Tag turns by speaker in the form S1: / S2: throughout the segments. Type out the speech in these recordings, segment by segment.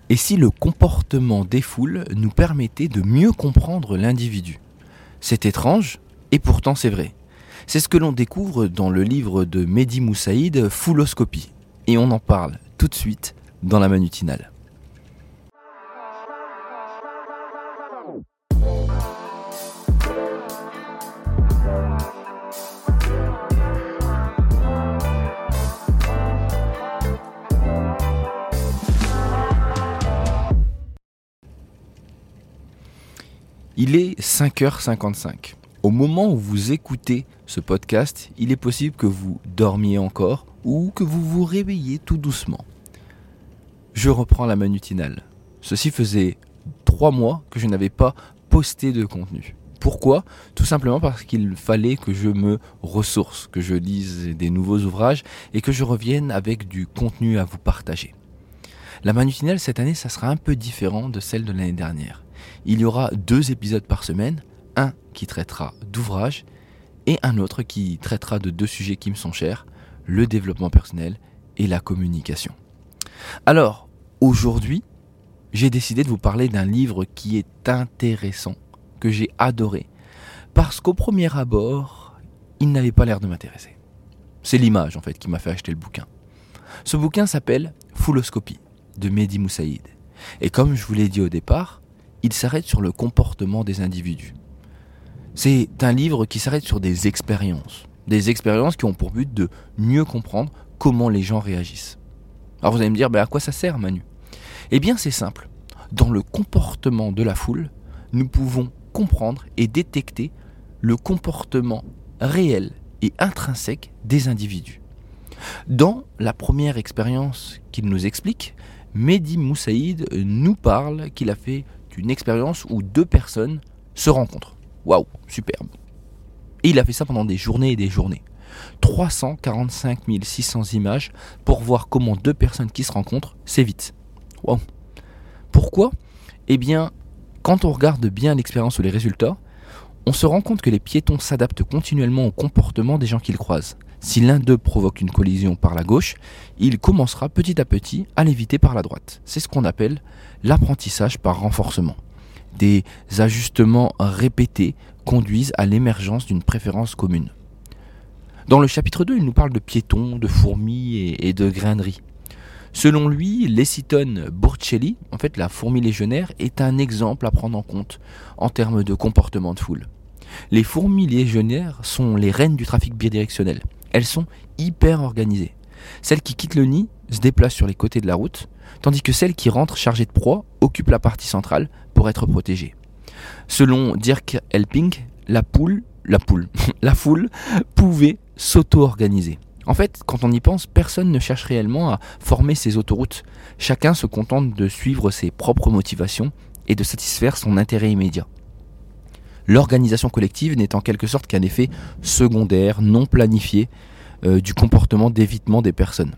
S1: Et si le comportement des foules nous permettait de mieux comprendre l'individu ? C'est étrange, et pourtant c'est vrai. C'est ce que l'on découvre dans le livre de Mehdi Moussaïd, Fouloscopie. Et on en parle tout de suite dans la manutinale. Il est 5h55. Au moment où vous écoutez ce podcast, il est possible que vous dormiez encore ou que vous vous réveilliez tout doucement. Je reprends la manutinale. Ceci faisait 3 mois que je n'avais pas posté de contenu. Pourquoi ? Tout simplement parce qu'il fallait que je me ressource, que je lise des nouveaux ouvrages et que je revienne avec du contenu à vous partager. La manutinale cette année, ça sera un peu différent de celle de l'année dernière. Il y aura 2 épisodes par semaine, un qui traitera d'ouvrages et un autre qui traitera de 2 sujets qui me sont chers, le développement personnel et la communication. Alors, aujourd'hui, j'ai décidé de vous parler d'un livre qui est intéressant, que j'ai adoré, parce qu'au premier abord, il n'avait pas l'air de m'intéresser. C'est l'image en fait qui m'a fait acheter le bouquin. Ce bouquin s'appelle Fouloscopie de Mehdi Moussaïd. Et comme je vous l'ai dit au départ, il s'arrête sur le comportement des individus. C'est un livre qui s'arrête sur des expériences qui ont pour but de mieux comprendre comment les gens réagissent. Alors vous allez me dire, à quoi ça sert Manu ? Eh bien c'est simple, dans le comportement de la foule, nous pouvons comprendre et détecter le comportement réel et intrinsèque des individus. Dans la première expérience qu'il nous explique, Mehdi Moussaïd nous parle qu'il a fait une expérience où 2 personnes se rencontrent. Waouh, superbe. Et il a fait ça pendant des journées et des journées. 345 600 images pour voir comment 2 personnes qui se rencontrent s'évitent. Waouh. Pourquoi ? Eh bien, quand on regarde bien l'expérience ou les résultats, on se rend compte que les piétons s'adaptent continuellement au comportement des gens qu'ils croisent. Si l'un d'eux provoque une collision par la gauche, il commencera petit à petit à l'éviter par la droite. C'est ce qu'on appelle l'apprentissage par renforcement. Des ajustements répétés conduisent à l'émergence d'une préférence commune. Dans le chapitre 2, il nous parle de piétons, de fourmis et de graineries. Selon lui, Lessiton Burcelli, en fait la fourmi légionnaire, est un exemple à prendre en compte en termes de comportement de foule. Les fourmis légionnaires sont les reines du trafic bidirectionnel. Elles sont hyper organisées. Celles qui quittent le nid se déplacent sur les côtés de la route, tandis que celles qui rentrent chargées de proie occupent la partie centrale pour être protégées. Selon Dirk Helping, la foule pouvait s'auto-organiser. En fait, quand on y pense, personne ne cherche réellement à former ses autoroutes. Chacun se contente de suivre ses propres motivations et de satisfaire son intérêt immédiat. L'organisation collective n'est en quelque sorte qu'un effet secondaire, non planifié, du comportement d'évitement des personnes.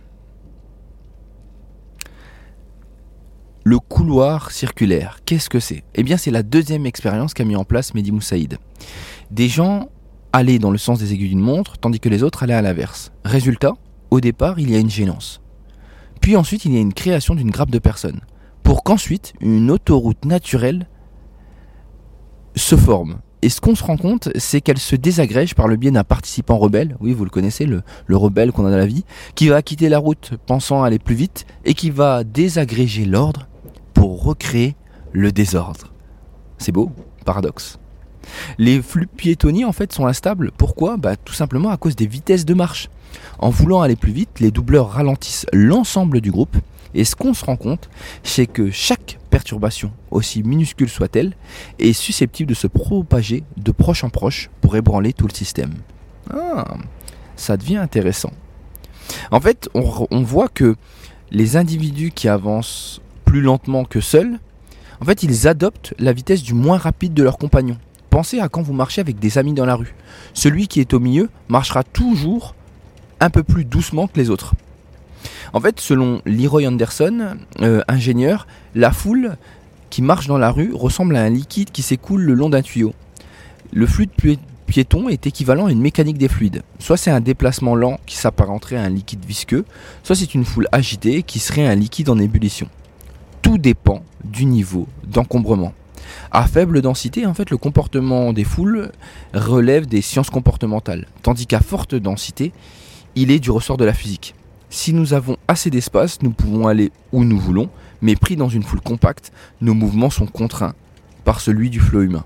S1: Le couloir circulaire, qu'est-ce que c'est ? Eh bien, c'est la 2e expérience qu'a mis en place Mehdi Moussaïd. Des gens allaient dans le sens des aiguilles d'une montre, tandis que les autres allaient à l'inverse. Résultat, au départ, il y a une gênance. Puis ensuite, il y a une création d'une grappe de personnes, pour qu'ensuite, une autoroute naturelle se forme. Et ce qu'on se rend compte, c'est qu'elle se désagrège par le biais d'un participant rebelle, oui vous le connaissez, le rebelle qu'on a dans la vie, qui va quitter la route pensant aller plus vite et qui va désagréger l'ordre pour recréer le désordre. C'est beau, paradoxe. Les flux piétonniers en fait sont instables, pourquoi ? Tout simplement à cause des vitesses de marche. En voulant aller plus vite, les doubleurs ralentissent l'ensemble du groupe. Et ce qu'on se rend compte, c'est que chaque perturbation, aussi minuscule soit-elle, est susceptible de se propager de proche en proche pour ébranler tout le système. Ça devient intéressant. En fait, on voit que les individus qui avancent plus lentement que seuls, en fait, ils adoptent la vitesse du moins rapide de leurs compagnons. Pensez à quand vous marchez avec des amis dans la rue. Celui qui est au milieu marchera toujours un peu plus doucement que les autres. En fait, selon Leroy Anderson, ingénieur, la foule qui marche dans la rue ressemble à un liquide qui s'écoule le long d'un tuyau. Le flux de piétons est équivalent à une mécanique des fluides. Soit c'est un déplacement lent qui s'apparenterait à un liquide visqueux, soit c'est une foule agitée qui serait un liquide en ébullition. Tout tout dépend du niveau d'encombrement. À faible densité, en fait, le comportement des foules relève des sciences comportementales, tandis qu'à forte densité, il est du ressort de la physique. Si nous avons assez d'espace, nous pouvons aller où nous voulons, mais pris dans une foule compacte, nos mouvements sont contraints par celui du flot humain.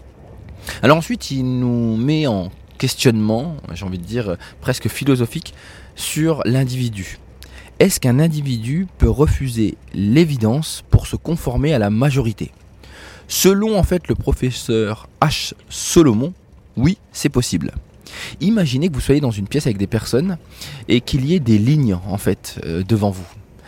S1: Alors ensuite, il nous met en questionnement, j'ai envie de dire presque philosophique, sur l'individu. Est-ce qu'un individu peut refuser l'évidence pour se conformer à la majorité ? Selon en fait le professeur H. Solomon, oui, c'est possible. Imaginez que vous soyez dans une pièce avec des personnes et qu'il y ait des lignes en fait devant vous.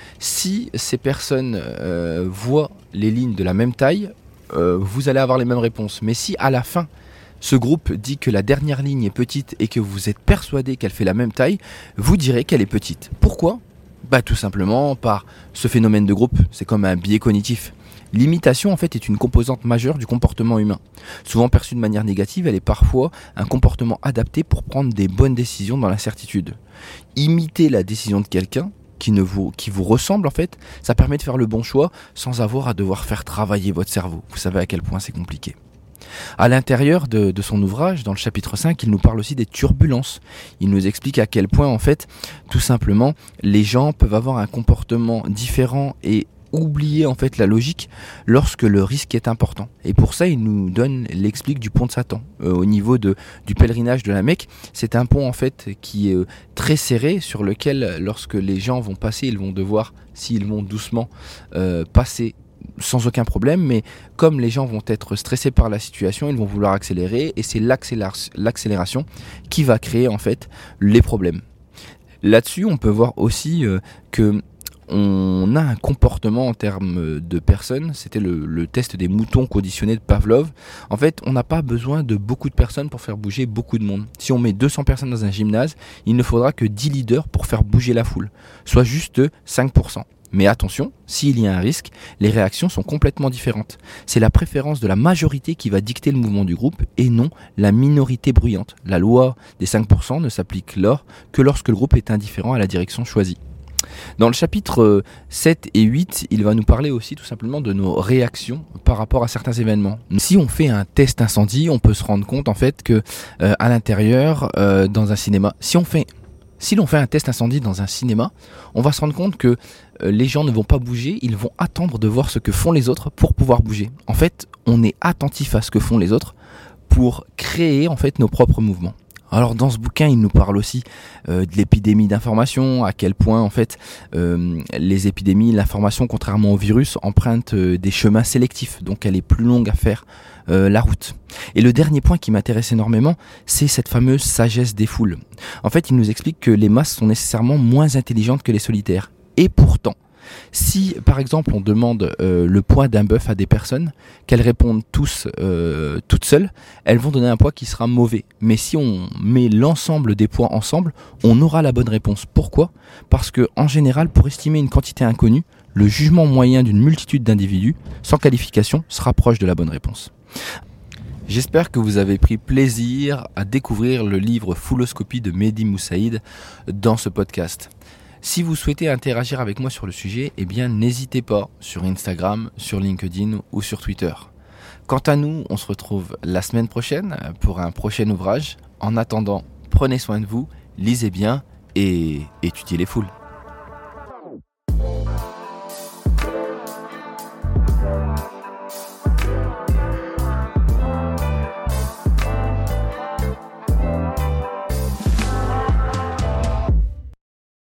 S1: Si ces personnes voient les lignes de la même taille, vous allez avoir les mêmes réponses. Mais si à la fin, ce groupe dit que la dernière ligne est petite et que vous êtes persuadé qu'elle fait la même taille, vous direz qu'elle est petite. Pourquoi ? Tout simplement par ce phénomène de groupe, c'est comme un biais cognitif. L'imitation en fait est une composante majeure du comportement humain. Souvent perçue de manière négative, elle est parfois un comportement adapté pour prendre des bonnes décisions dans l'incertitude. Imiter la décision de quelqu'un qui vous ressemble en fait, ça permet de faire le bon choix sans avoir à devoir faire travailler votre cerveau. Vous savez à quel point c'est compliqué. À l'intérieur de son ouvrage, dans le chapitre 5, il nous parle aussi des turbulences. Il nous explique à quel point, en fait, tout simplement, les gens peuvent avoir un comportement différent et oublier en fait la logique lorsque le risque est important. Et pour ça, il nous l'explique du pont de Satan. Au niveau du pèlerinage de la Mecque, c'est un pont en fait qui est très serré sur lequel, lorsque les gens vont passer, ils vont devoir, s'ils vont doucement, passer sans aucun problème, mais comme les gens vont être stressés par la situation, ils vont vouloir accélérer et c'est l'accélération qui va créer en fait les problèmes. Là-dessus, on peut voir aussi que on a un comportement en termes de personnes, c'était le test des moutons conditionnés de Pavlov. En fait, on n'a pas besoin de beaucoup de personnes pour faire bouger beaucoup de monde. Si on met 200 personnes dans un gymnase, il ne faudra que 10 leaders pour faire bouger la foule, soit juste 5%. Mais attention, s'il y a un risque, les réactions sont complètement différentes. C'est la préférence de la majorité qui va dicter le mouvement du groupe et non la minorité bruyante. La loi des 5% ne s'applique que lorsque le groupe est indifférent à la direction choisie. Dans le chapitre 7 et 8, il va nous parler aussi tout simplement de nos réactions par rapport à certains événements. Si on fait un test incendie, on peut se rendre compte en fait que à l'intérieur, dans un cinéma, si l'on fait un test incendie dans un cinéma, on va se rendre compte que les gens ne vont pas bouger, ils vont attendre de voir ce que font les autres pour pouvoir bouger. En fait, on est attentif à ce que font les autres pour créer en fait nos propres mouvements. Alors dans ce bouquin, il nous parle aussi de l'épidémie d'information, à quel point en fait les épidémies, l'information, contrairement au virus, emprunte des chemins sélectifs, donc elle est plus longue à faire la route. Et le dernier point qui m'intéresse énormément, c'est cette fameuse sagesse des foules. En fait, il nous explique que les masses sont nécessairement moins intelligentes que les solitaires. Et pourtant, si par exemple on demande le poids d'un bœuf à des personnes, qu'elles répondent toutes seules, elles vont donner un poids qui sera mauvais. Mais si on met l'ensemble des poids ensemble, on aura la bonne réponse. Pourquoi ? Parce que en général, pour estimer une quantité inconnue, le jugement moyen d'une multitude d'individus, sans qualification, sera proche de la bonne réponse. J'espère que vous avez pris plaisir à découvrir le livre Fouloscopie de Mehdi Moussaïd dans ce podcast. Si vous souhaitez interagir avec moi sur le sujet, n'hésitez pas sur Instagram, sur LinkedIn ou sur Twitter. Quant à nous, on se retrouve la semaine prochaine pour un prochain ouvrage. En attendant, prenez soin de vous, lisez bien et étudiez les foules.